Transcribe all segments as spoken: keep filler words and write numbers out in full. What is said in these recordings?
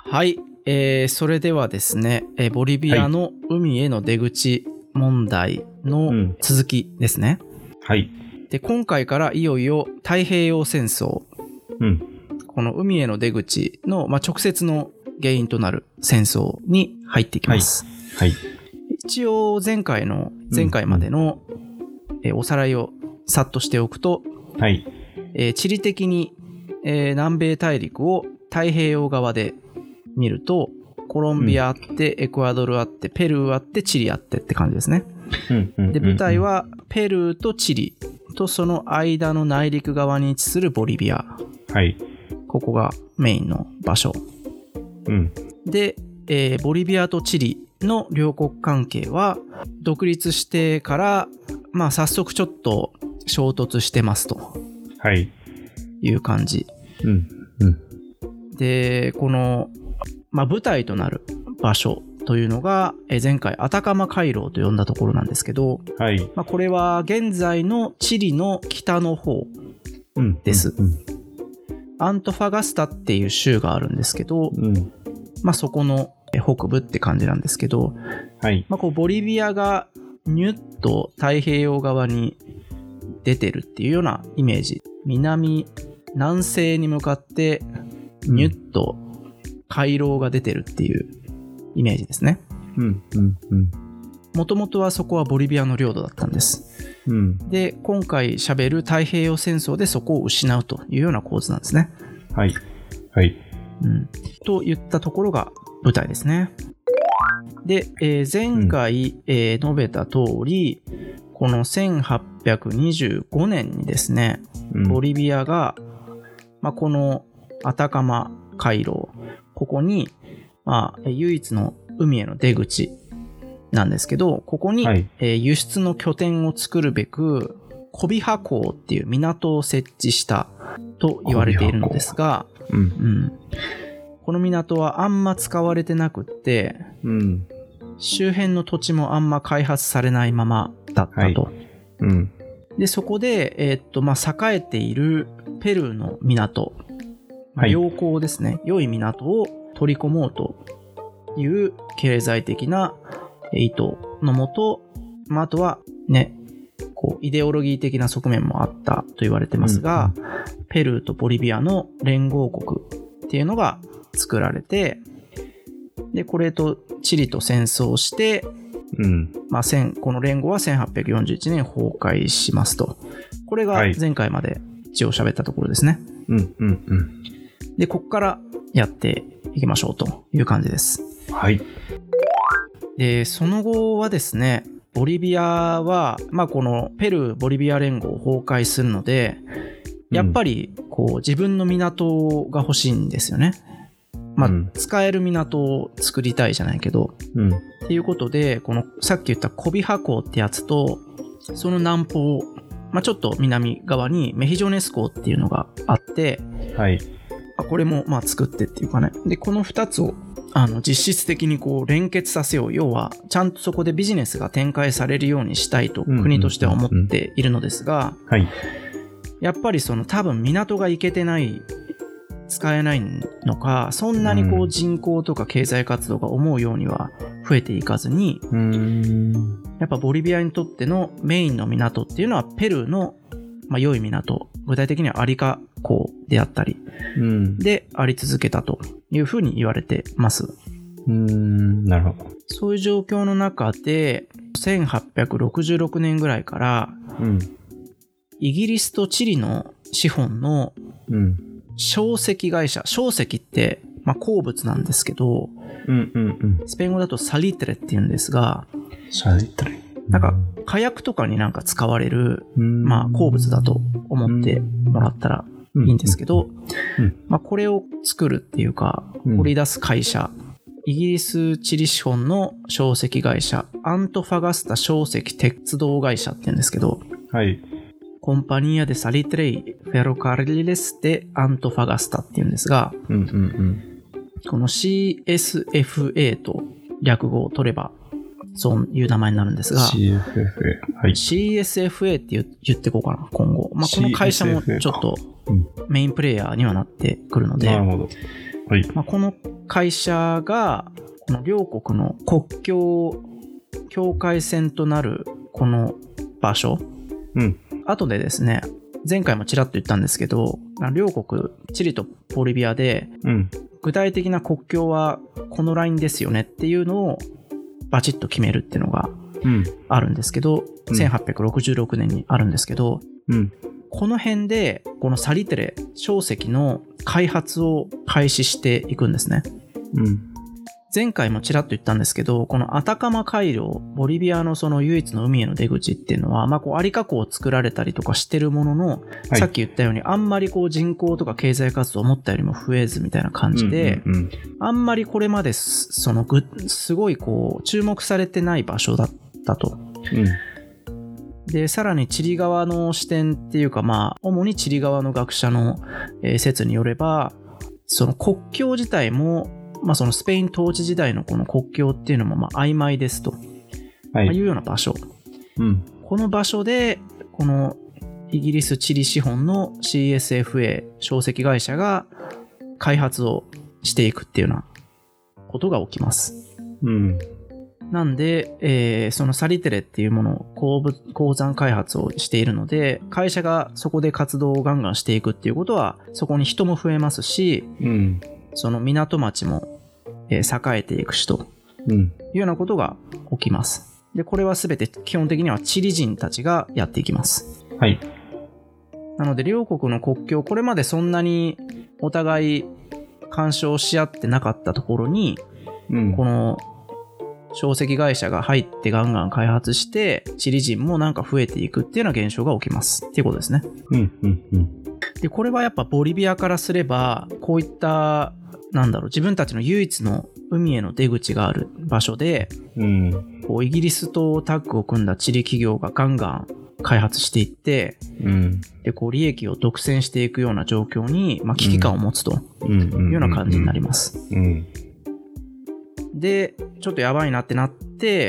はい、えー、それではですね、えー、ボリビアの海への出口問題の続きですね。 はい。 で、今回からいよいよ太平洋戦争、 うん、 この海への出口の、まあ、直接の原因となる戦争に入っていきます。 はい。はい、 一応前回の前回までの、うん、えー、おさらいをさっとしておくと、 はい。 えー、地理的に、えー、南米大陸を太平洋側で見ると、コロンビアあって、うん、エクアドルあって、ペルーあって、チリあってって感じですね。 うんうんうんうん、 で、舞台はペルーとチリとその間の内陸側に位置するボリビア。 はい。 ここがメインの場所。 うん。 で、えー、ボリビアとチリの両国関係は独立してから、まあ早速ちょっと衝突してますと。 はい。 いう感じ。 うんうん。 で、この、まあ舞台となる場所というのが、前回アタカマ回廊と呼んだところなんですけど、 はい。 まあ、これは現在のチリの北の方です、 うんうんうん。 アントファガスタっていう州があるんですけど、 うん、 まあ、そこの北部って感じなんですけど、 はい。 まあ、こうボリビアがニュッと太平洋側に出てるっていうようなイメージ。南、南西に向かってニュッと回廊が出てるっていうイメージですね。 うんうんうん。 もともとはそこはボリビアの領土だったんです。 うん、 で、今回喋る太平洋戦争でそこを失うというような構図なんですね。 はい。はい。 うん。といったところが舞台ですね。で、えー、前回、うんえー、述べた通り、このせんはっぴゃくにじゅうごねんにですね、うん、ボリビアが、まあ、このアタカマ回廊、ここに、まあ、唯一の海への出口なんですけど、ここに、はいえー、輸出の拠点を作るべく、コビハ港っていう港を設置したと言われているのですが、うんうん、この港はあんま使われてなくって、うん、周辺の土地もあんま開発されないままだったと。はいうん、でそこで、えーっとまあ、栄えているペルーの港、はい、良港ですね、良い港を取り込もうという経済的な意図のもと、まあ、あとはね、こうイデオロギー的な側面もあったと言われてますが、うん、ペルーとボリビアの連合国っていうのが作られて、でこれとチリと戦争して、うんまあ、この連合はせんはっぴゃくよんじゅういちねん崩壊しますと。これが前回まで一応喋ったところですね。 うんうんうん。 でここからやっていきましょうという感じです。 はい。 でその後はですね、ボリビアは、まあ、このペルー・ボリビア連合を崩壊するので、やっぱりこう自分の港が欲しいんですよね。まあ、使える港を作りたいじゃないけど、うん、っていうことで、このさっき言ったコビハ港ってやつと、その南方、まあ、ちょっと南側にメヒジョネス港っていうのがあって、 はい、 これもまあ作ってっていうかね、でこのふたつをあの実質的にこう連結させよう、要はちゃんとそこでビジネスが展開されるようにしたいと国としては思っているのですが、 はい、 やっぱりその多分港が行けてない、使えないのか、そんなにこう人口とか経済活動が思うようには増えていかずに、うーんやっぱボリビアにとってのメインの港っていうのはペルーの、まあ、良い港、具体的にはアリカ港であったりであり続けたというふうに言われてます。 うーんなるほど。 そういう状況の中でせんはっぴゃくろくじゅうろくねんぐらいから、うん、イギリスとチリの資本の、うん硝石会社、硝石って、まあ、鉱物なんですけど、うんうんうん、スペイン語だとサリトレって言うんですが、 サリトレ、 なんか火薬とかになんか使われる、まあ、鉱物だと思ってもらったらいいんですけど、まあ、これを作るっていうか掘り出す会社、イギリスチリ資本の硝石会社、アントファガスタ硝石鉄道会社って言うんですけど、 はい。 コンパニアでサリトレイフェロカリレスでアントファガスタっていうんですが、うんうんうん、この シーエスエフエー と略語を取ればそういう名前になるんですが、 シーエスエフエー、はい、 シーエスエフエー って言ってこうかな今後、まあ、この会社もちょっとメインプレイヤーにはなってくるので、 なるほど、はい、 まあ、この会社がこの両国の国境境界線となるこの場所、 うん、 後でですね、前回もちらっと言ったんですけど、両国チリとボリビアで、うん、具体的な国境はこのラインですよねっていうのをバチッと決めるっていうのがあるんですけど、うん、せんはっぴゃくろくじゅうろくねんにあるんですけど、うん、この辺でこのサリテレ硝石の開発を開始していくんですね。うん、前回もちらっと言ったんですけど、このアタカマ海峡、ボリビアのその唯一の海への出口っていうのは、まあこうアリカ湖を作られたりとかしてるものの、はい、さっき言ったようにあんまりこう人口とか経済活動を思ったよりも増えずみたいな感じで、うんうんうん、あんまりこれまでそのぐすごいこう注目されてない場所だったと。うん、でさらにチリ側の視点っていうか、まあ主にチリ側の学者の、えー、説によれば、その国境自体もまあ、そのスペイン統治時代のこの国境っていうのもまあ曖昧ですと、はい、いうような場所、うん、この場所でこのイギリスチリ資本の シーエスエフエー 硝石会社が開発をしていくっていうようなことが起きます、うん、なんで、えー、そのサリテレっていうものを鉱物鉱山開発をしているので、会社がそこで活動をガンガンしていくっていうことはそこに人も増えますし、うん、その港町も栄えていくしというようなことが起きます。で、これはすべて基本的にはチリ人たちがやっていきます。はい。なので両国の国境、これまでそんなにお互い干渉し合ってなかったところに、うん、この硝石会社が入ってガンガン開発して、チリ人もなんか増えていくっていうような現象が起きますっていうことですね。うんうんうん。で、これはやっぱボリビアからすれば、こういったなんだろう、自分たちの唯一の海への出口がある場所で、うん、こうイギリスとタッグを組んだチリ企業がガンガン開発していって、うん、でこう利益を独占していくような状況に、まあ、危機感を持つというような感じになります。で、ちょっとやばいなってなって、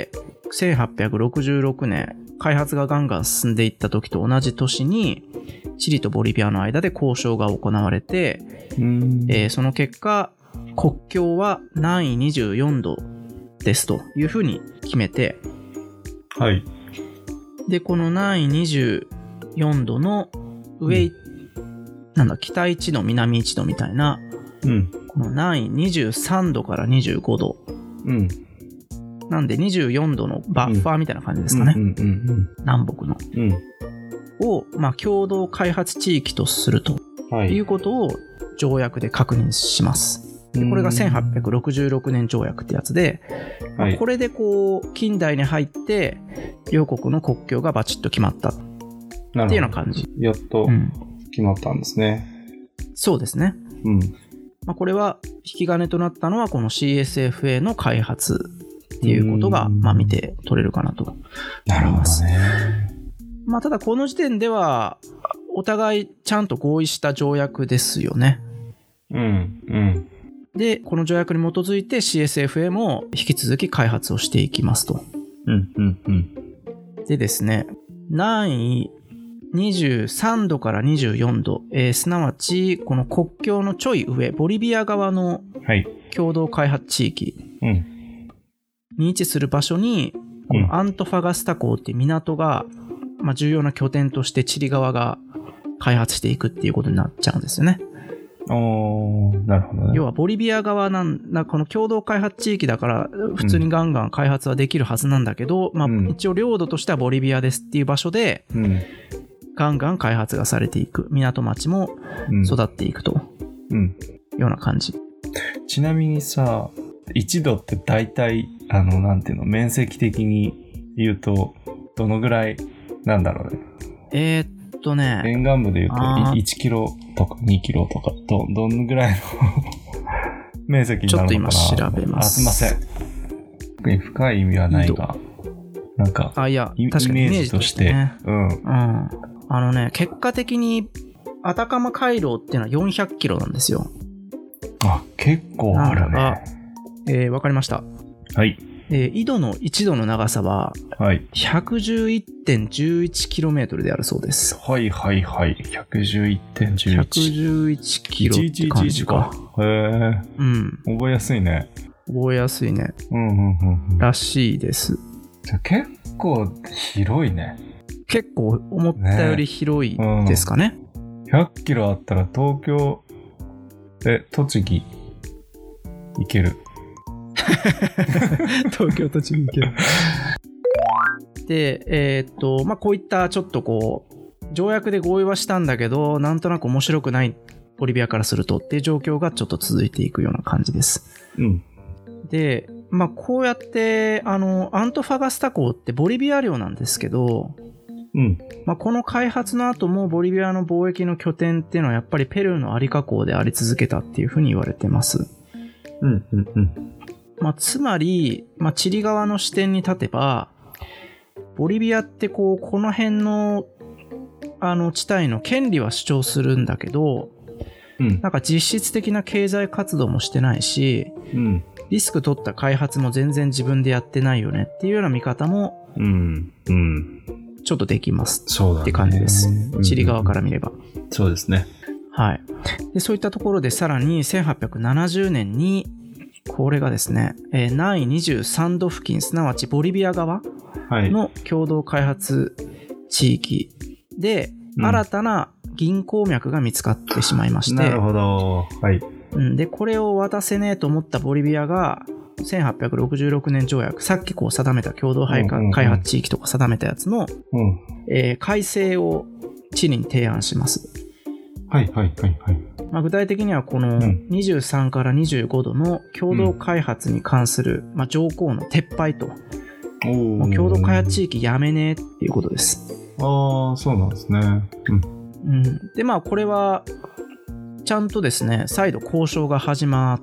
せんはっぴゃくろくじゅうろくねん、開発がガンガン進んでいった時と同じ年に、チリとボリビアの間で交渉が行われて、うんえー、その結果国境は南緯にじゅうよんどですというふうに決めて、はい。でこの南緯にじゅうよんどの上、うん、なんだ北いちど南いちどみたいな、うん、この南緯にじゅうさんどからにじゅうごど、うん、なんでにじゅうよんどのバッファーみたいな感じですかね、南北の、うんを、まあ、共同開発地域とするということを条約で確認します。でこれがせんはっぴゃくろくじゅうろくねん条約ってやつで、まあ、これでこう近代に入って両国の国境がバチッと決まったっていうような感じ。 やっと決まったんですね。 うん、そうですね。うんまあ、これは引き金となったのはこの シーエスエフエー の開発っていうことがまあ見て取れるかなと思います。なるほどね。まあ、ただこの時点ではお互いちゃんと合意した条約ですよね。うんうん。で、この条約に基づいて シーエスエフエー も引き続き開発をしていきますと。うんうんうん。でですね、南緯にじゅうさんどからにじゅうよんど、えー、すなわちこの国境のちょい上、ボリビア側の共同開発地域に位置する場所に、このアントファガスタ港っていう港が、まあ、重要な拠点としてチリ側が開発していくっていうことになっちゃうんですよね。 おー、なるほどね。 要はボリビア側なんだ、この共同開発地域だから普通にガンガン開発はできるはずなんだけど、うん、まあ一応領土としてはボリビアですっていう場所で、うん、ガンガン開発がされていく、港町も育っていくと、うん、ような感じ。 ちなみにさ、一度って大体あのなんていうの、面積的に言うとどのぐらいなんだろうね。 えー、っとね。 沿岸部で言うといちキロとかにキロとかど、どんぐらいの面積になるのかな。 ちょっと今調べます。 あ、すいません。深い意味はないが、なんか、 あ、いや、 イ確かにメージとして、ね、うん。うん。 あのね、結果的にアタカマ回廊っていうのはよんひゃくキロなんですよ。 あ、結構あるね。 えー、わかりました。 はい。 えー、緯度のいちどの長さは、 はい。 ひゃくじゅういってんいちいちキロメートル であるそうです。 はいはいはい。ひゃくじゅういってんいちいち。 ひゃくじゅういちキロって感じか。 へえ。 うん。 覚えやすいね。 覚えやすいね。 うんうんうんうん。 らしいです。 じゃ結構広いね。 結構思ったより広いですかね。 ね、うん、ひゃっキロあったら東京、え、栃木行ける。 東京栃木行ける。で、えー、っと、まあ、こういったちょっとこう、条約で合意はしたんだけど、なんとなく面白くないボリビアからするとっていう状況がちょっと続いていくような感じです。 うん。 で、まあ、こうやって、あの、アントファガスタ港ってボリビア領なんですけど、 うん。 まあ、この開発の後もボリビアの貿易の拠点っていうのはやっぱりペルーのアリカ港であり続けたっていうふうに言われてます。 うんうんうん。 まあ、つまり、まあ、チリ側の視点に立てば、ボリビアってこう、この辺の、あの地帯の権利は主張するんだけど、 うん、 なんか実質的な経済活動もしてないし、 うん、 リスク取った開発も全然自分でやってないよねっていうような見方も、 うんうん、 ちょっとできますそうだね、 って感じです。チリ側から見れば。 そうですね。 はい。で、そういったところでさらにせんはっぴゃくななじゅうねんに、これがですね、えー、南緯にじゅうさんど付近、すなわちボリビア側の共同開発地域で、はい、新たな銀鉱脈が見つかってしまいまして、 なるほど。はい。 で、これを渡せねえと思ったボリビアが、せんはっぴゃくろくじゅうろくねん条約、さっきこう定めた共同開発地域とか定めたやつの、 うんえー、改正をチリに提案します。 はいはいはいはい。 まあ、具体的にはこのにじゅうさんからにじゅうごどの共同開発に関する、まあ、条項の撤廃と、もう共同開発地域やめねえっていうことです。 ああ、そうなんですね。うんうん、でまあこれはちゃんとですね再度交渉が始まって、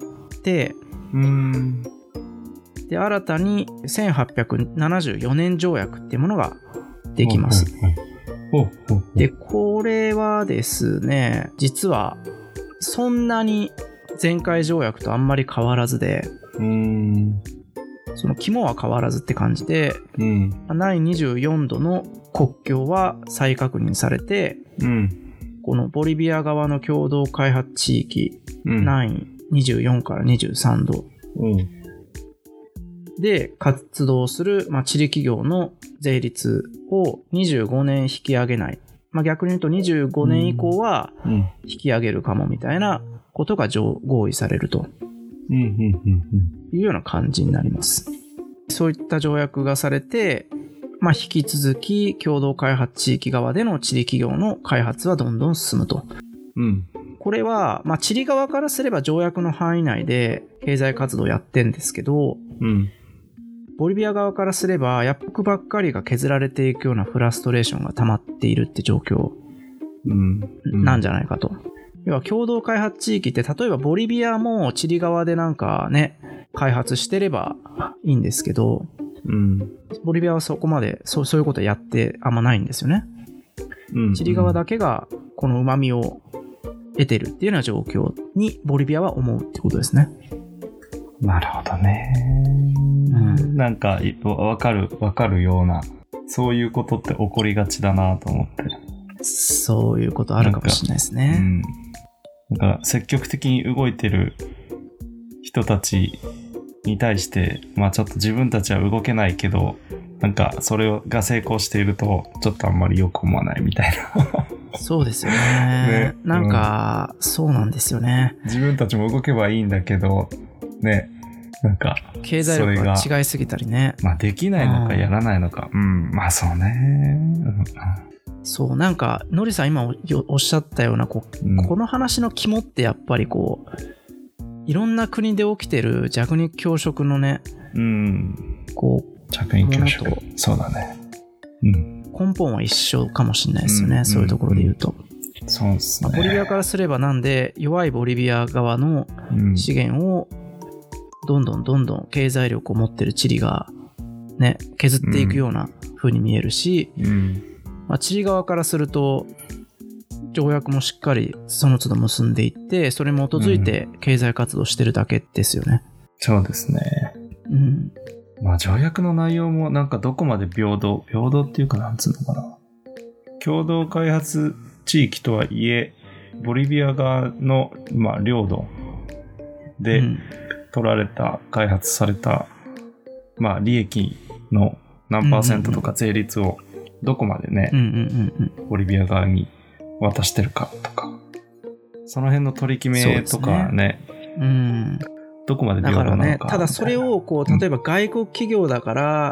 うーんで新たにせんはっぴゃくななじゅうよねん条約っていうものができます。でこれはですね実はそんなに前回条約とあんまり変わらずで、 うーんその肝は変わらずって感じで、 うん、 南緯にじゅうよんどの国境は再確認されて、 うん、 このボリビア側の共同開発地域、 うん、 南緯にじゅうよんからにじゅうさんど、 うん、 で活動する、まあ、チリ企業の税率をにじゅうごねん引き上げない、まあ、逆に言うとにじゅうごねん以降は引き上げるかもみたいなことが合意されるというような感じになります。そういった条約がされて、まあ、引き続き共同開発地域側でのチリ企業の開発はどんどん進むと。 うん、 これは、まあ、チリ側からすれば条約の範囲内で経済活動やってんですけど、 うん、 ボリビア側からすれば薬局ばっかりが削られていくようなフラストレーションが溜まっているって状況なんじゃないかと。要は共同開発地域って例えばボリビアもチリ側でなんかね開発してればいいんですけど、 うん、 ボリビアはそこまでそう、そういうことやってあんまないんですよね、うん、チリ側だけがこの旨味を得てるっていうような状況にボリビアは思うってことですね。 なるほどね、うん、なんかわかるわかるようなそういうことって起こりがちだなと思って。 そういうことあるかもしれないですね。 うんなんか積極的に動いてる人たちに対して、まあちょっと自分たちは動けないけど、なんかそれが成功していると、ちょっとあんまりよく思わないみたいな。 そうですよね。ねなんか、うん、そうなんですよね。 自分たちも動けばいいんだけど、ね、なんか、 経済力が違いすぎたりね。 まあできないのかやらないのか。うん、うん、まあそうね。うんそうなんかノリさん今おっしゃったようなこう、うん、この話の肝ってやっぱりこういろんな国で起きてる弱肉強食のね、 うん、 こう弱肉強食そうだね、うん、 根本は一緒かもしれないですよね、うん、そういうところで言うと、 うん、そうですね、 まあ、ボリビアからすればなんで弱いボリビア側の資源をどんどんどんどん経済力を持ってるチリがね削っていくような風に見えるし、 うんうんまあ、チリ側からすると条約もしっかりその都度結んでいってそれに基づいて経済活動してるだけですよね、 うん、そうですね、 うん、 まあ条約の内容もなんかどこまで平等、平等っていうかなんつうのかな。共同開発地域とはいえ、ボリビア側の、まあ、領土で取られた、開発された、まあ、利益の何パーセントとか税率をどこまでね、 うんうんうんうん、 ボリビア側に渡してるかとか、その辺の取り決めとかね、 うん、 どこまで平等なのか。 だからね、ただそれをこう、例えば外国企業だから、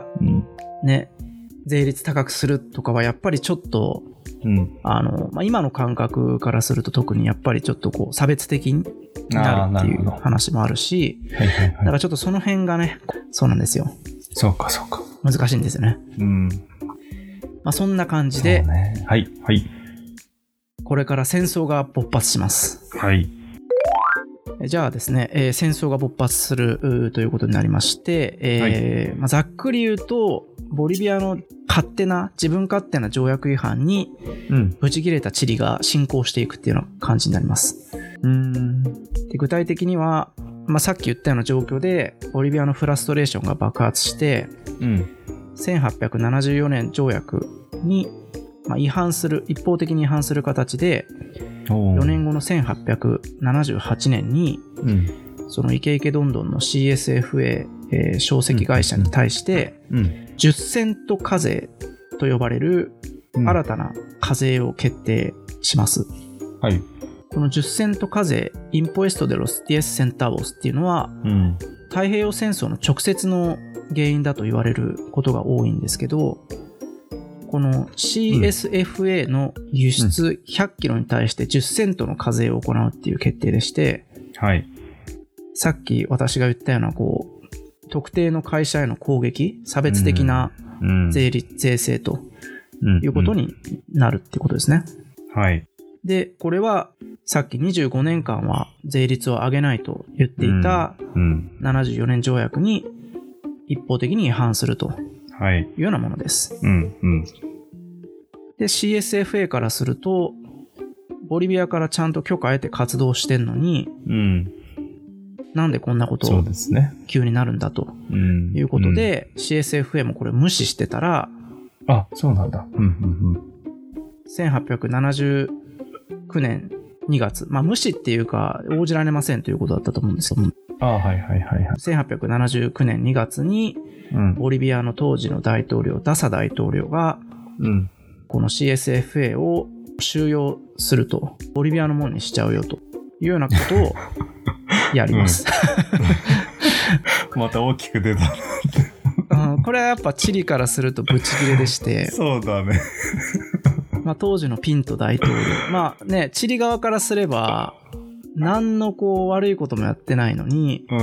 うん、ね、税率高くするとかはやっぱりちょっと、うん、あの、まあ、今の感覚からすると特にやっぱりちょっとこう差別的になるっていう話もあるし、はいはいはい、だからちょっとその辺がね、そうなんですよ。 そうかそうか。 難しいんですよね。うん。まあそんな感じで、 ね、はいはい。 これから戦争が勃発します。 はい。 じゃあですね、えー、戦争が勃発するということになりまして、えーはいまあ、ざっくり言うと、ボリビアの勝手な、自分勝手な条約違反に、ブチ切れたチリが侵攻していくっていうような感じになります。うーんで具体的には、まあ、さっき言ったような状況で、ボリビアのフラストレーションが爆発して、うん、せんはっぴゃくななじゅうよねん条約に、まあ、違反する、一方的に違反する形で、よねんごのせんはっぴゃくななじゅうはちねんに、うん、そのイケイケどんどんの シーエスエフエー、えー、証石会社に対して、うんうん、じゅっセント課税と呼ばれる新たな課税を決定します。うんはい、このじゅっセント課税、インポエストデロスディエスセンターボスっていうのは、うん、太平洋戦争の直接の原因だと言われることが多いんですけど、この シーエスエフエー の輸出ひゃっキロに対してじゅっセントの課税を行うっていう決定でして、はい、さっき私が言ったようなこう特定の会社への攻撃、差別的な税率、うん、税制ということになるってことですね。はい。で、これはさっきにじゅうごねんかんは税率を上げないと言っていたななじゅうよねん条約に一方的に違反するというようなものです。うんうん、で、シーエスエフエー からすると、ボリビアからちゃんと許可を得て活動してんのに、うん、なんでこんなことを急になるんだということで、うんうん、シーエスエフエー もこれ無視してたら、 あ、そうなんだ。うんうんうん、 せんはっぴゃくななじゅうきゅうねんにがつ、まあ無視っていうか応じられませんということだったと思うんですけど、 あ、はいはいはいはい。 せんはっぴゃくななじゅうきゅうねんにがつに、うん、ボリビアの当時の大統領、ダサ大統領が、うん、この シーエスエフエー を収容すると、ボリビアのものにしちゃうよというようなことをやります。 うん、また大きく出たうん。これはやっぱチリからするとブチギレでして。 そうだね。 まあ当時のピント大統領。まあね、チリ側からすれば、何のこう悪いこともやってないのに、うん、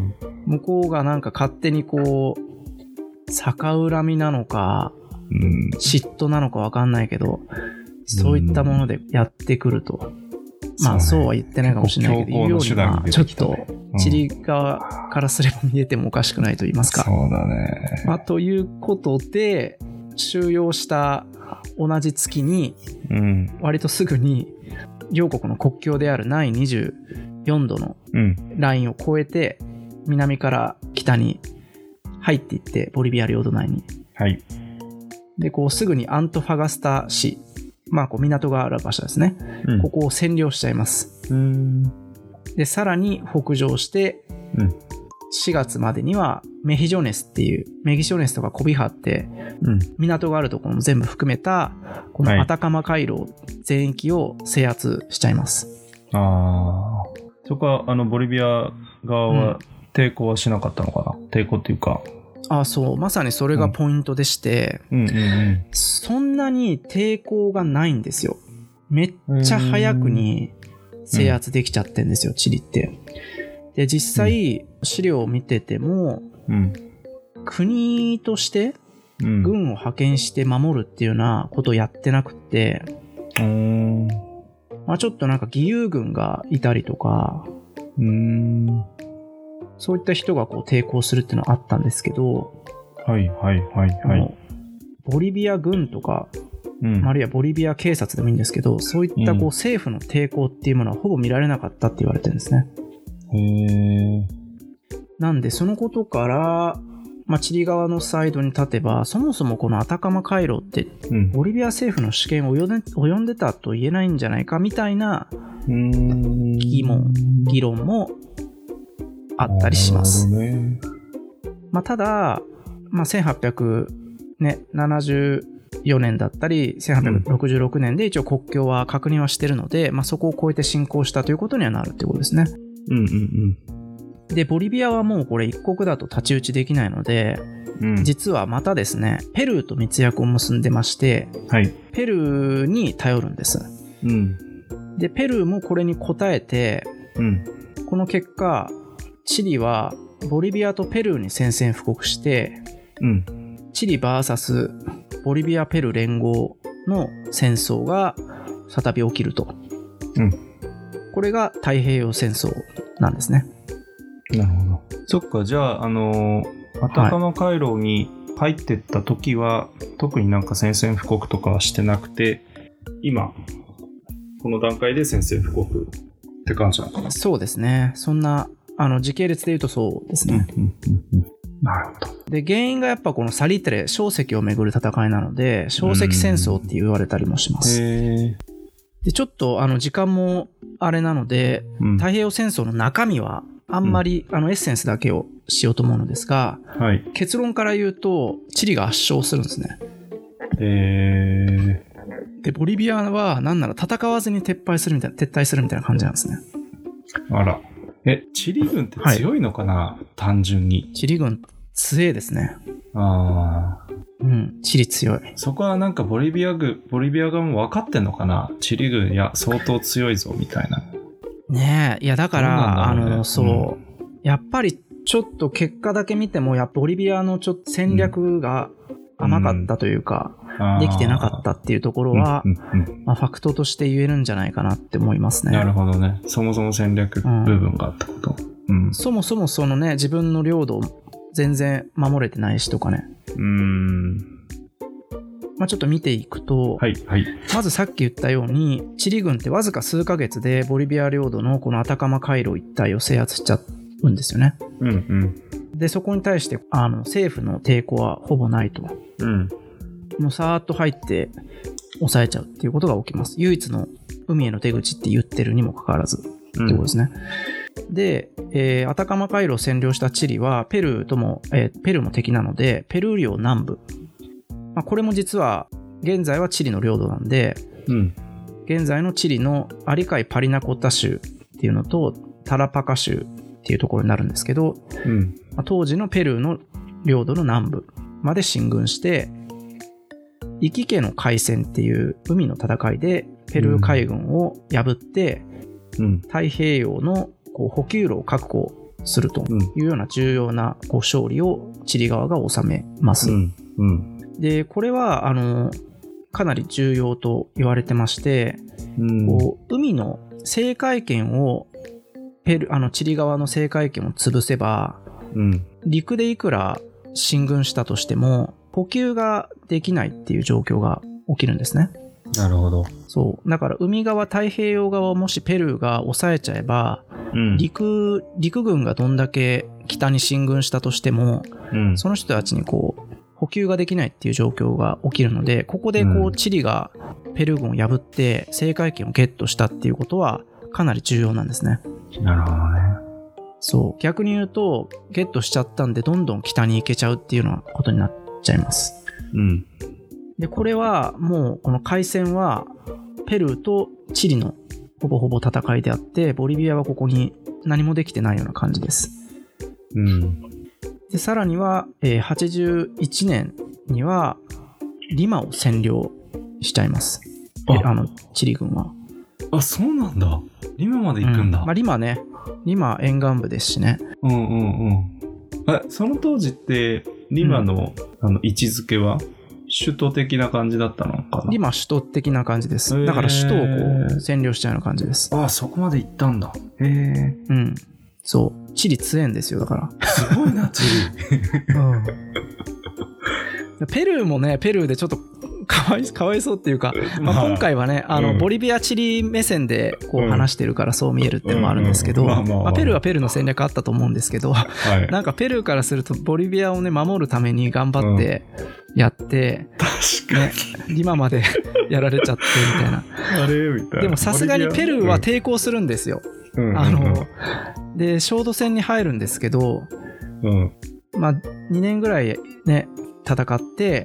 向こうがなんか勝手にこう逆恨みなのか、うん、嫉妬なのか分かんないけど、そういったものでやってくると、うん、まあそうは言ってないかもしれないけど、言うようにはちょっとチリ側からすれば見えてもおかしくないと言いますか。 そうだね。 まあということで収容した同じ月に、うん、割とすぐに両国の国境である南緯にじゅうよんどのラインを越えて、南から北に入っていって、ボリビア領土内に。はい。で、こうすぐにアントファガスタ市、まあこう港がある場所ですね。うん、ここを占領しちゃいます。うーんで、さらに北上して、うん、しがつまでにはメヒジョネスっていう、メヒジョネスとかコビハって、うん、港があるところも全部含めた、このアタカマ回廊全域を制圧しちゃいます。 はい、ああ。そこは、あの、ボリビア側は抵抗はしなかったのかな、うん、抵抗っていうか。 ああ、そう。まさにそれがポイントでして、うんうんうんうん、そんなに抵抗がないんですよ。めっちゃ早くに制圧できちゃってんですよ、うん、チリって。で、実際、資料を見てても、うん、国として軍を派遣して守るっていうようなことをやってなくて、うん、まあちょっとなんか義勇軍がいたりとか、うーんそういった人がこう抵抗するっていうのはあったんですけど、 はいはいはいはい。 ボリビア軍とか、うん、あるいはボリビア警察でもいいんですけど、そういったこう政府の抵抗っていうものはほぼ見られなかったって言われてるんですね。へー。なんでそのことから、 まあ、チリ側のサイドに立てば、そもそもこのアタカマ回廊って、ボリビア政府の主権を及んで、及んでたと言えないんじゃないかみたいな疑問、議論もあったりします。ね、まあ、ただ、まあ、せんはっぴゃくななじゅうよねんだったり、せんはっぴゃくろくじゅうろくねんで一応国境は確認はしてるので、まあ、そこを越えて侵攻したということにはなるってことですね。 うんうんうん。 で、ボリビアはもうこれ一国だと太刀打ちできないので、うん、実はまたですね、ペルーと密約を結んでまして、はい、ペルーに頼るんです。うん、で、ペルーもこれに応えて、うん、この結果、チリはボリビアとペルーに宣戦布告して、うん、チリ ブイエス ボリビア・ペルー連合の戦争が再び起きると。うん、これが太平洋戦争なんですね。 なるほど。そっか、じゃあ、あのー、アタカマ回廊に入ってった時は、はい、特になんか宣戦布告とかはしてなくて、今、この段階で宣戦布告って感じなのかな。 そうですね。そんな、あの、時系列で言うとそうですね。うんうんうんうん、 なるほど。 で、原因がやっぱこのサリテレ、硝石をめぐる戦いなので、硝石戦争って言われたりもします。へで、ちょっと、あの、時間もあれなので、うん、太平洋戦争の中身は、あんまり、うん、あのエッセンスだけをしようと思うのですが、はい、結論から言うとチリが圧勝するんですね。えー、でボリビアはなんなら戦わずに撤廃するみたいな撤退するみたいな感じなんですね。 あら、えチリ軍って強いのかな、はい、単純に。 チリ軍強いですね。 ああ、 うん、チリ強い。 そこはなんかボリビア軍ボリビア側も分かってんのかな。チリ軍いや相当強いぞみたいな。 ねえ、いやだから、ね、あの、そう、うん、やっぱりちょっと結果だけ見ても、やっぱボリビアのちょっと戦略が甘かったというか、うん、できてなかったっていうところは、うんうんうん、まあ、ファクトとして言えるんじゃないかなって思いますね。 なるほどね。そもそも戦略部分があったこと。 うんうん、そもそもそのね、自分の領土全然守れてないしとかね。うーん。まあ、ちょっと見ていくと、はいはい、まずさっき言ったようにチリ軍ってわずか数ヶ月でボリビア領土のこのアタカマ回廊一帯を制圧しちゃうんですよね。うんうん、でそこに対してあの政府の抵抗はほぼないと、うん、もうさーっと入って抑えちゃうっていうことが起きます。唯一の海への出口って言ってるにもかかわらずってことですね。うん、で、えー、アタカマ回廊を占領したチリはペルーとも、えー、ペルーも敵なのでペルー領南部、まあ、これも実は現在はチリの領土なんで、うん、現在のチリのアリカイ・パリナコタ州っていうのとタラパカ州っていうところになるんですけど、うんまあ、当時のペルーの領土の南部まで進軍してイキ家の海戦っていう海の戦いでペルー海軍を破って、うん、太平洋のこう補給路を確保するというような重要なこう勝利をチリ側が収めます。うんうんで、これは、あの、かなり重要と言われてまして、うん、こう海の制海権を、ペル、あの、チリ側の制海権を潰せば、うん、陸でいくら進軍したとしても、補給ができないっていう状況が起きるんですね。 なるほど。 そう。だから、海側、太平洋側をもしペルーが抑えちゃえば、うん、陸、陸軍がどんだけ北に進軍したとしても、うん、その人たちにこう、補給ができないっていう状況が起きるので、ここでこう、うん、チリがペルー軍を破って制海権をゲットしたっていうことはかなり重要なんですね。 なるほどね。 そう。逆に言うと、ゲットしちゃったんでどんどん北に行けちゃうっていうようなことになっちゃいます。うん。で、これはもうこの海戦はペルーとチリのほぼほぼ戦いであって、ボリビアはここに何もできてないような感じです。うん。でさらには、えー、はちじゅういちねんにはリマを占領しちゃいます。あ, あのチリ軍は。 あ、そうなんだ。リマまで行くんだ。 うんまあ、リマね、リマ沿岸部ですしね。 うんうんうん。え、その当時ってリマの、うん、あの位置づけは首都的な感じだったのかな。 リマ首都的な感じです。だから首都をこう占領しちゃうような感じです。 ああ、そこまで行ったんだ。へえ。 うん。そう。チリ強いんですよ、だから。 すごいな、チリ。 うん、ペルーもね、ペルーでちょっとかわい、かわいそうっていうか、まあ、 まあ今回はね、あの、 うん、 ボリビア、チリ目線でこううん話してるからそう見えるっていうのもあるんですけど、 うんうんうんまあまあまあまあペルーはペルーの戦略あったと思うんですけど、 はい、 なんかペルーからするとボリビアをね、守るために頑張ってやって、 確かに、 ね、リマまでやられちゃってみたいな。 あれみたいな。 でもさすがにペルーは抵抗するんですよ。 うん、 あの、で、焦土戦に入るんですけど、 うん、 まあにねんぐらいね、戦って、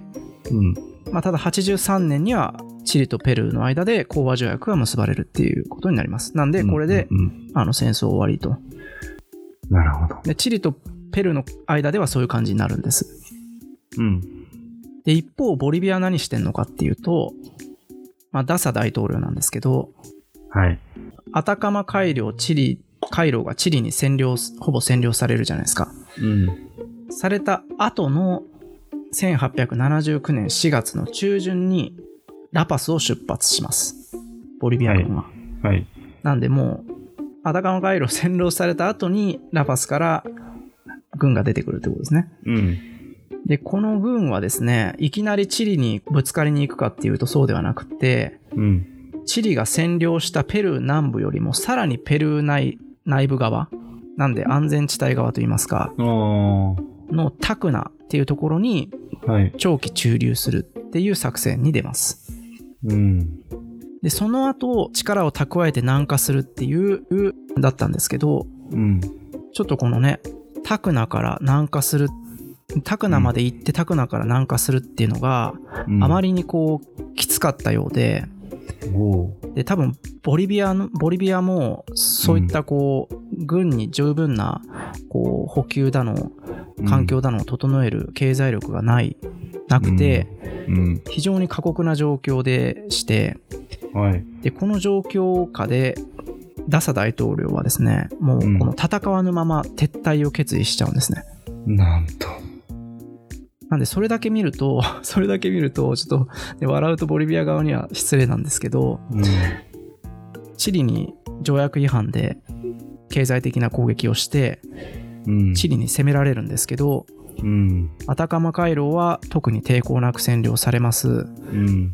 うんまあ、ただはちじゅうさんねんにはチリとペルーの間で講和条約が結ばれるっていうことになります。なんでこれで、 うんうん、 あの戦争終わりと。 なるほど。 でチリとペルーの間ではそういう感じになるんです。 うん。 で一方ボリビアは何してんのかっていうと、まあ、ダサ大統領なんですけど、 はい。 アタカマ海峡チリ海峡がチリに占領ほぼ占領されるじゃないですか。 うん。 された後のせんはっぴゃくななじゅうきゅうねんしがつの中旬にラパスを出発します。ボリビア軍は。 はい。はい、 なんでもう、アタカマ海峡占領された後にラパスから軍が出てくるってことですね。 うん。 で、この軍はですね、いきなりチリにぶつかりに行くかっていうとそうではなくて、 うん、 チリが占領したペルー南部よりもさらにペルー 内, 内部側、なんで安全地帯側といいますか、のタクナっていうところに長期駐留するっていう作戦に出ます。 うん、 でその後力を蓄えて南下するっていうだったんですけど、 うん、 ちょっとこのねタクナから南下する、タクナまで行ってタクナから南下するっていうのが、うん、あまりにこうきつかったようで、で多分ボリビアのボリビアもそういったこう、うん、軍に十分なこう補給だの環境だのを整える経済力がないなくて、うんうん、非常に過酷な状況でして、はい、でこの状況下でダサ大統領はですね、もうこの戦わぬまま撤退を決意しちゃうんですね。 なんと。 なんでそれだけ見るとそれだけ見るとちょっと、ね、笑うとボリビア側には失礼なんですけど、うん、チリに条約違反で経済的な攻撃をして、うん、チリに攻められるんですけど、うん、アタカマ海峡は特に抵抗なく占領されます、うん、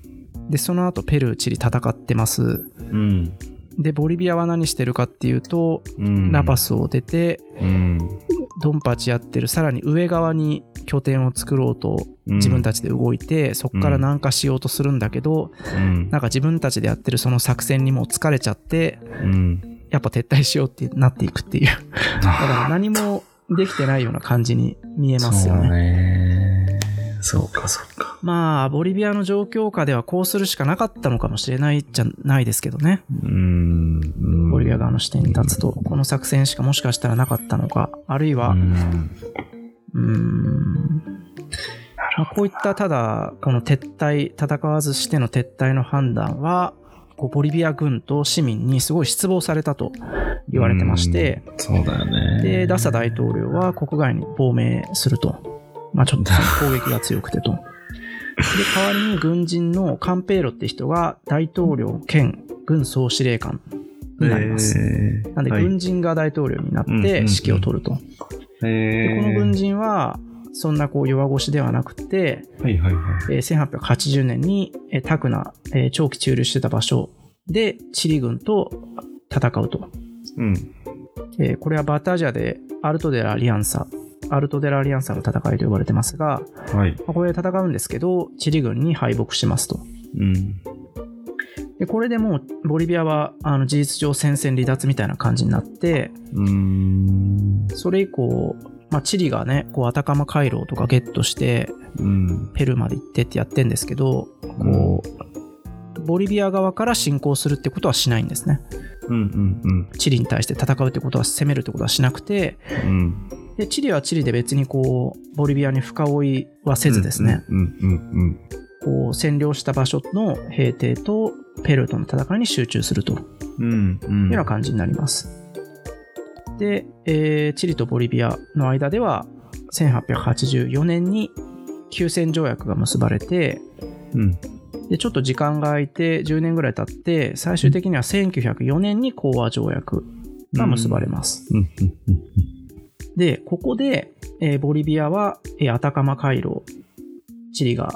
でその後ペルーチリ戦ってます、うん、でボリビアは何してるかっていうと、うん、ラパスを出て、うん、ドンパチやってるさらに上側に拠点を作ろうと自分たちで動いて、うん、そこから南下しようとするんだけど、うん、なんか自分たちでやってるその作戦にもう疲れちゃって、うん、やっぱ撤退しようってなっていくっていうだから何もできてないような感じに見えますよね。 そうね。そうかそうか。 まあボリビアの状況下ではこうするしかなかったのかもしれないじゃないですけどね。うーん、ボリビア側の視点に立つとこの作戦しかもしかしたらなかったのか、あるいはうーんうーんまあ、こういったただこの撤退戦わずしての撤退の判断はこうボリビア軍と市民にすごい失望されたと言われてまして、 そうだよね。 でダサ大統領は国外に亡命すると、まあ、ちょっと攻撃が強くてとで代わりに軍人のカンペーロって人が大統領兼軍総司令官になります、えー、なんで軍人が大統領になって指揮を取ると、はいでこの軍人はそんなこう弱腰ではなくて、はいはいはいえー、せんはっぴゃくはちじゅうねんに、えー、タクナ、えー、長期駐留してた場所でチリ軍と戦うと、うんえー、これはバタージャでアルトデラ・アリアンサアルトデラ・アリアンサの戦いと呼ばれてますが、はいまあ、これで戦うんですけどチリ軍に敗北しますと、うん、でこれでもうボリビアはあの事実上戦線離脱みたいな感じになって、うーんそれ以降、まあ、チリがねこうアタカマ回廊とかゲットして、うん、ペルーまで行ってってやってんですけど、こうボリビア側から侵攻するってことはしないんですね、うんうんうん、チリに対して戦うってことは攻めるってことはしなくて、うん、でチリはチリで別にこうボリビアに深追いはせずですね、うんうんうんうん、こう占領した場所の平定とペルーとの戦いに集中するというような感じになります。で、えー、チリとボリビアの間ではせんはっぴゃくはちじゅうよねんに休戦条約が結ばれて、うん、でちょっと時間が空いてじゅうねんぐらい経って最終的にはせんきゅうひゃくよねんに講和条約が結ばれます、うん、でここで、えー、ボリビアは、えー、アタカマ回廊チリが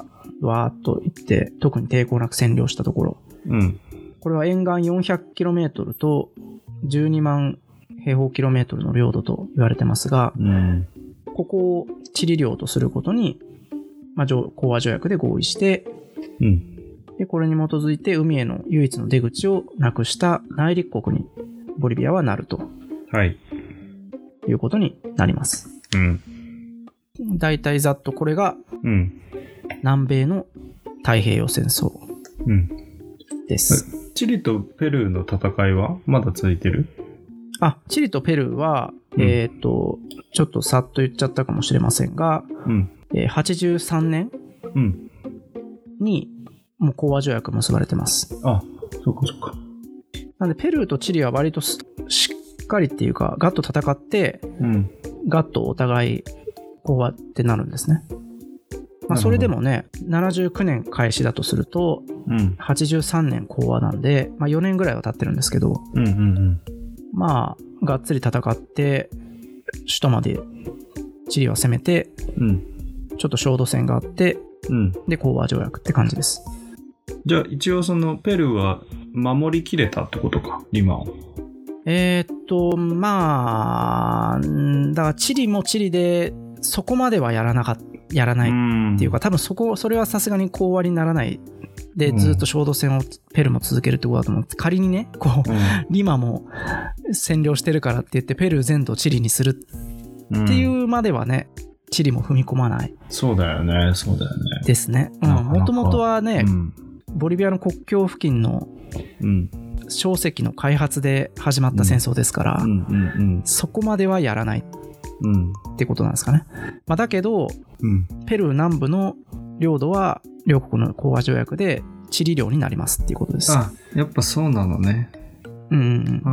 わーっと行って、特に抵抗なく占領したところ。 うん。 これは沿岸 よんひゃくキロメートル とじゅうにまん平方キロメートルの領土と言われてますが、 うん、 ここをチリ領とすることに、まあ、講和条約で合意して、 うん、 でこれに基づいて海への唯一の出口をなくした内陸国にボリビアはなると、 はい、 いうことになります。 うん、 だいたいざっとこれが、うん、南米の太平洋戦争です。 うん、チリとペルーの戦いはまだ続いてる？ あ、チリとペルーは、うん、えっと、ちょっとさっと言っちゃったかもしれませんが、うんえー、はちじゅうさんねんにもう講和条約結ばれてます。 あ、そうかそうか。 なんでペルーとチリは割としっかりっていうか、ガッと戦って、うん、ガッとお互い講和ってなるんですね。まあ、それでもね、ななじゅうきゅうねん開始だとすると、うん、はちじゅうさんねん講和なんで、まあ、よねんぐらいは経ってるんですけど、うんうんうん、まあ、がっつり戦って、首都までチリは攻めて、うん、ちょっと焦土戦があって、うん、で、講和条約って感じです。 じゃあ、一応そのペルーは守りきれたってことか、今を。 えー、っと、まあ、だからチリもチリで、そこまではやらなかった。やらないっていうか、多分そこ、それはさすがに講和にならない。で、ずっと焦土戦をペルーも続けるってことだと思う。仮にね、こう、うん、リマも占領してるからって言って、ペルー全土チリにするっていうまではね、チリも踏み込まない。 そうだよね、そうだよね。 ですね。うん。もともとはね、うん、ボリビアの国境付近の硝石の開発で始まった戦争ですから、うんうんうんうん、そこまではやらない。うん、ってことなんですかね。まあ、だけど、うん、ペルー南部の領土は両国の講和条約でチリ領になりますっていうことです。 あ、やっぱそうなのね。 うんうんうん。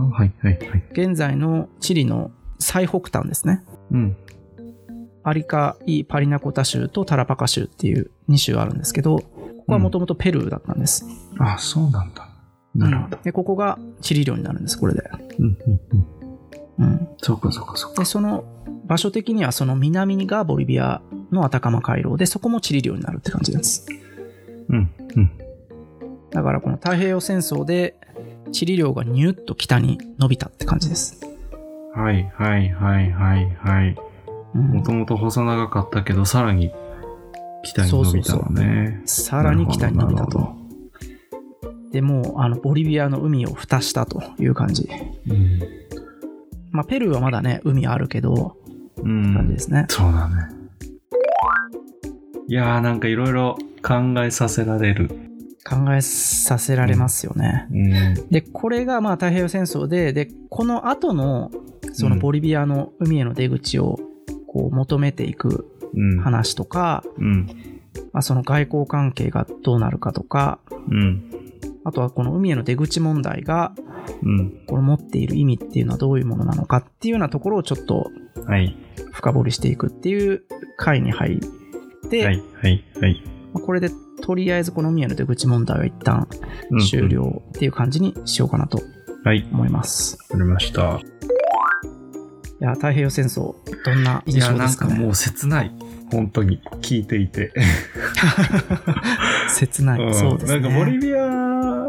ああ、はいはいはい。 現在のチリの最北端ですね。うん。アリカ・イ・パリナコタ州とタラパカ州っていうに州あるんですけど、ここはもともとペルーだったんです。 うん、あ、そうなんだ。なるほど、 うん。で、ここがチリ領になるんです、これで。 うんうんうん。うん、そうかそうかそうか。 で、その場所的にはその南がボリビアのアタカマ回廊で、そこもチリ領になるって感じです。 うんうん。 だからこの太平洋戦争でチリ領がニュッと北に伸びたって感じです。 はいはいはいはいはい。もともと細長かったけど、さらに北に伸びたのね。そうそうそう。さらに北に伸びたと。でもうあのボリビアの海を蓋したという感じ。うんまあ、ペルーはまだね、海あるけど、うん、感じですね。 そうだね。いやー、なんかいろいろ考えさせられる。 考えさせられますよね。うんうん、で、これがまあ太平洋戦争で、で、この後の、そのボリビアの海への出口をこう求めていく話とか、うんうんまあ、その外交関係がどうなるかとか、うんあとはこの海への出口問題が、うん、この持っている意味っていうのはどういうものなのかっていうようなところをちょっと深掘りしていくっていう回に入って、はいはいはい、これでとりあえずこの海への出口問題は一旦終了っていう感じにしようかなと思います。 わ、うんうん、かりました。 いや太平洋戦争どんな印象ですかね。 いやなんかもう切ない本当に聞いていて切ない、うん、そうですね。 なんかボリビア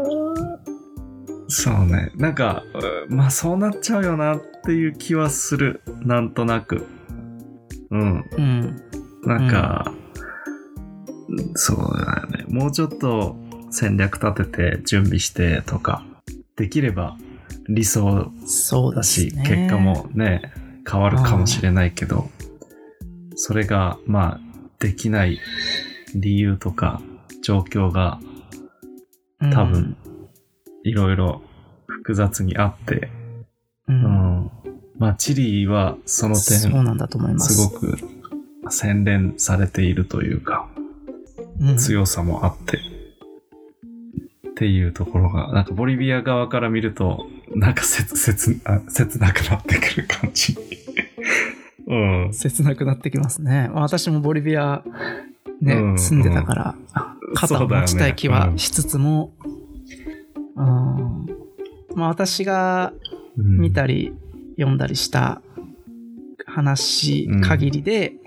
そうね。なんか、まあそうなっちゃうよなっていう気はする。なんとなく。うん。うん。なんか、うん、そうだよね。もうちょっと戦略立てて準備してとか、できれば理想だし、ね、結果もね、変わるかもしれないけど、それが、まあ、できない理由とか状況が多分、うんいろいろ複雑にあって、うんうん、まあチリはその点そうなんだと思います。 すごく洗練されているというか、うん、強さもあってっていうところがなんかボリビア側から見るとなんか切切あ切なくなってくる感じ、 うん、切なくなってきますね。私もボリビアね、うん、住んでたから、うん、肩を持ちたい気はしつつも。うんまあ、私が見たり読んだりした話限りで、うん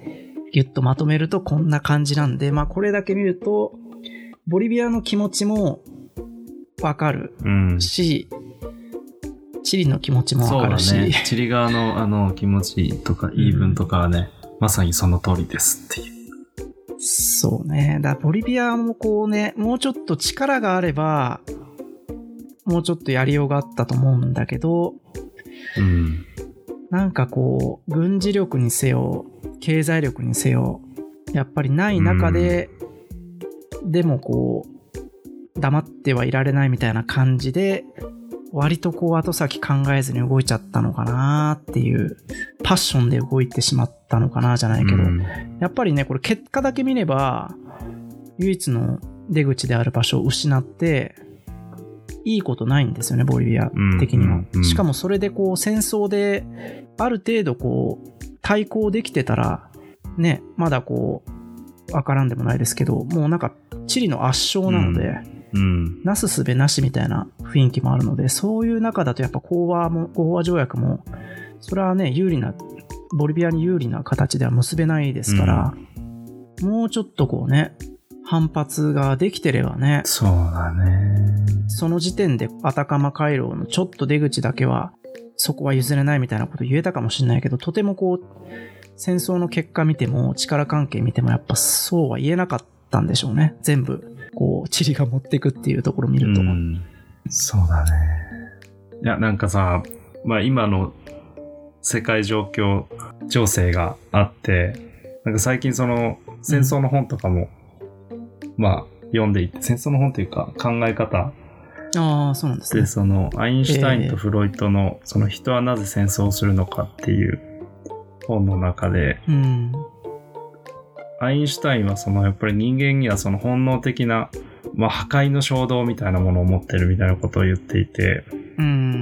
ギュッとまとめるとこんな感じなんで、まあこれだけ見ると、ボリビアの気持ちもわかるし、うん、チリの気持ちもわかるし。 そうだね。チリ側のあの気持ちとか言い分とかはね、うん、まさにその通りですっていう。 そうね。だからボリビアもこうね、もうちょっと力があれば、もうちょっとやりようがあったと思うんだけど、 うん、 なんかこう、軍事力にせよ、経済力にせよ、やっぱりない中で、うん、でもこう、黙ってはいられないみたいな感じで、割とこう後先考えずに動いちゃったのかなっていう、パッションで動いてしまったのかなじゃないけど、うん、やっぱりね、これ結果だけ見れば、唯一の出口である場所を失って、いいことないんですよね、ボリビア的には。うんうんうん、しかもそれでこう戦争で、ある程度こう、対抗できてたら、ね、まだこう、わからんでもないですけど、もうなんか、チリの圧勝なので、うん、なすすべなしみたいな雰囲気もあるので、そういう中だとやっぱ講和も、講和条約も、それはね、有利な、ボリビアに有利な形では結べないですから、うん、もうちょっとこうね、反発ができてればね、 そうだね。 その時点でアタカマ回廊のちょっと出口だけは、そこは譲れないみたいなこと言えたかもしれないけど、とてもこう、戦争の結果見ても、力関係見ても、やっぱそうは言えなかったんでしょうね。全部、こう、チリが持っていくっていうところを見ると。うん、 そうだね。いや、なんかさ、まあ今の世界状況、情勢があって、なんか最近その戦争の本とかも、うん、まあ読んでいて、戦争の本というか考え方、 ああ、そうなんですね。 で、そのアインシュタインとフロイトの、えー、その人はなぜ戦争をするのかっていう本の中で、 うん、 アインシュタインはそのやっぱり人間にはその本能的な、まあ、破壊の衝動みたいなものを持ってるみたいなことを言っていて、 うん、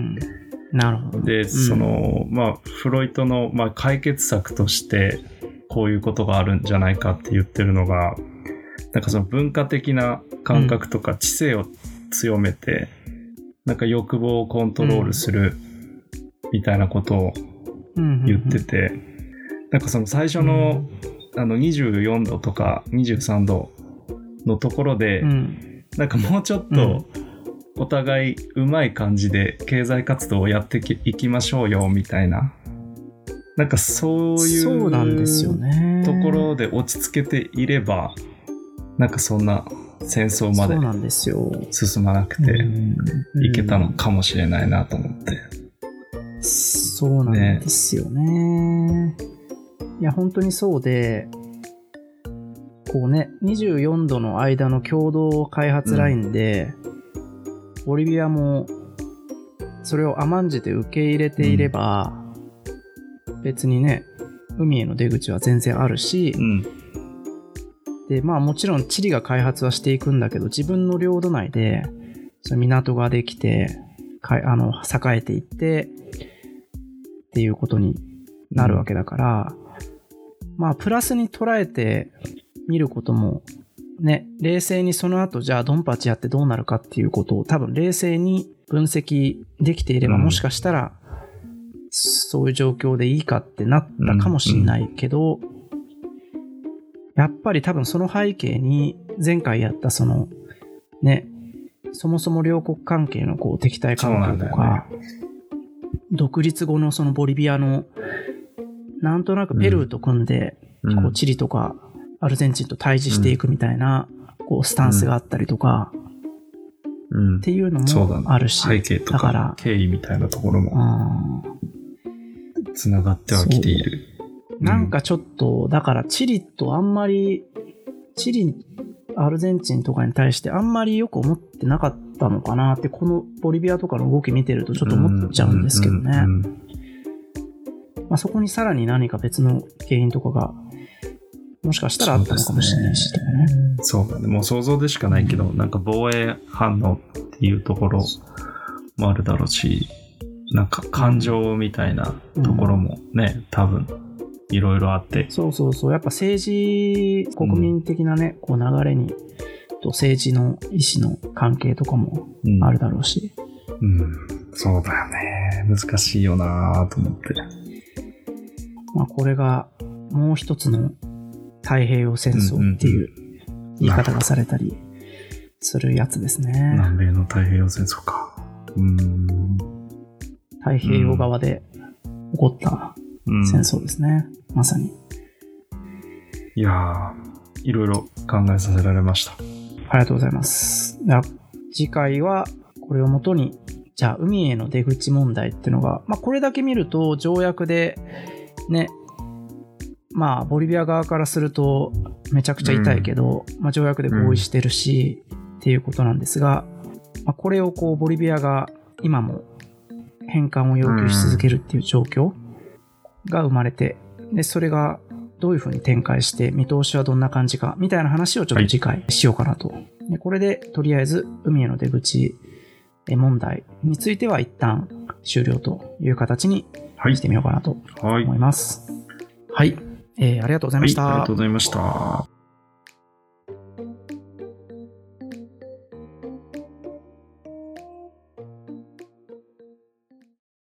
なるほど。 で、その、うん、まあフロイトのまあ解決策としてこういうことがあるんじゃないかって言ってるのが、なんかその文化的な感覚とか知性を強めて、なんか欲望をコントロールするみたいなことを言ってて、なんかその最初の、あのにじゅうよんどとかにじゅうさんどのところで、なんかもうちょっとお互いうまい感じで経済活動をやっていきましょうよみたいな、なんかそういうところで落ち着けていれば、なんかそんな戦争まで進まなくていけたのかもしれないなと思って。 そうなんですよね。いや本当にそうで、こうね、にじゅうよんどの間の共同開発ラインで、うん、ボリビアもそれを甘んじて受け入れていれば、うん、別にね、海への出口は全然あるし、うんで、まあもちろんチリが開発はしていくんだけど、自分の領土内でその港ができて、かあの栄えていってっていうことになるわけだから、うん、まあプラスに捉えて見ることもね、冷静にその後じゃあドンパチやってどうなるかっていうことを多分冷静に分析できていれば、うん、もしかしたらそういう状況でいいかってなったかもしれないけど、うんうんやっぱり多分その背景に前回やったそのね、そもそも両国関係のこう敵対関係とか、ね、独立後のそのボリビアのなんとなくペルーと組んで、うん、こうチリとかアルゼンチンと対峙していくみたいなこうスタンスがあったりとか、うん、っていうのもあるし、 背景とかだから経緯みたいなところもつながってはきている。 なんかちょっと、だからチリとあんまり、チリ、アルゼンチンとかに対してあんまりよく思ってなかったのかなって、このボリビアとかの動き見てるとちょっと思っちゃうんですけどね。うんうんうんまあ、そこにさらに何か別の原因とかが、もしかしたらあったのかもしれないし、ね、 そうだね。もう想像でしかないけど、うん、なんか防衛反応っていうところもあるだろうし、なんか感情みたいなところもね、うん、多分、いろいろあって。 そうそうそう。やっぱ政治、国民的なね、うん、こう流れに、と政治の意思の関係とかもあるだろうし。 うん、うん、そうだよね。難しいよなと思って。 まあこれがもう一つの太平洋戦争っていう言い方がされたりするやつですね。 南米の太平洋戦争か。うーん。 太平洋側で起こった戦争ですね。うん、まさに。 いやー、いろいろ考えさせられました。 ありがとうございます。では次回はこれをもとに、じゃあ海への出口問題っていうのが、まあこれだけ見ると条約でね、まあボリビア側からするとめちゃくちゃ痛いけど、うん、まあ条約で合意してるし、うん、っていうことなんですが、まあ、これをこうボリビアが今も返還を要求し続けるっていう状況が生まれて、でそれがどういうふうに展開して見通しはどんな感じかみたいな話をちょっと次回しようかなと。はい、でこれでとりあえず海への出口問題については一旦終了という形にしてみようかなと思います。はい、はい、えー、ありがとうございました。 はい、ありがとうございました。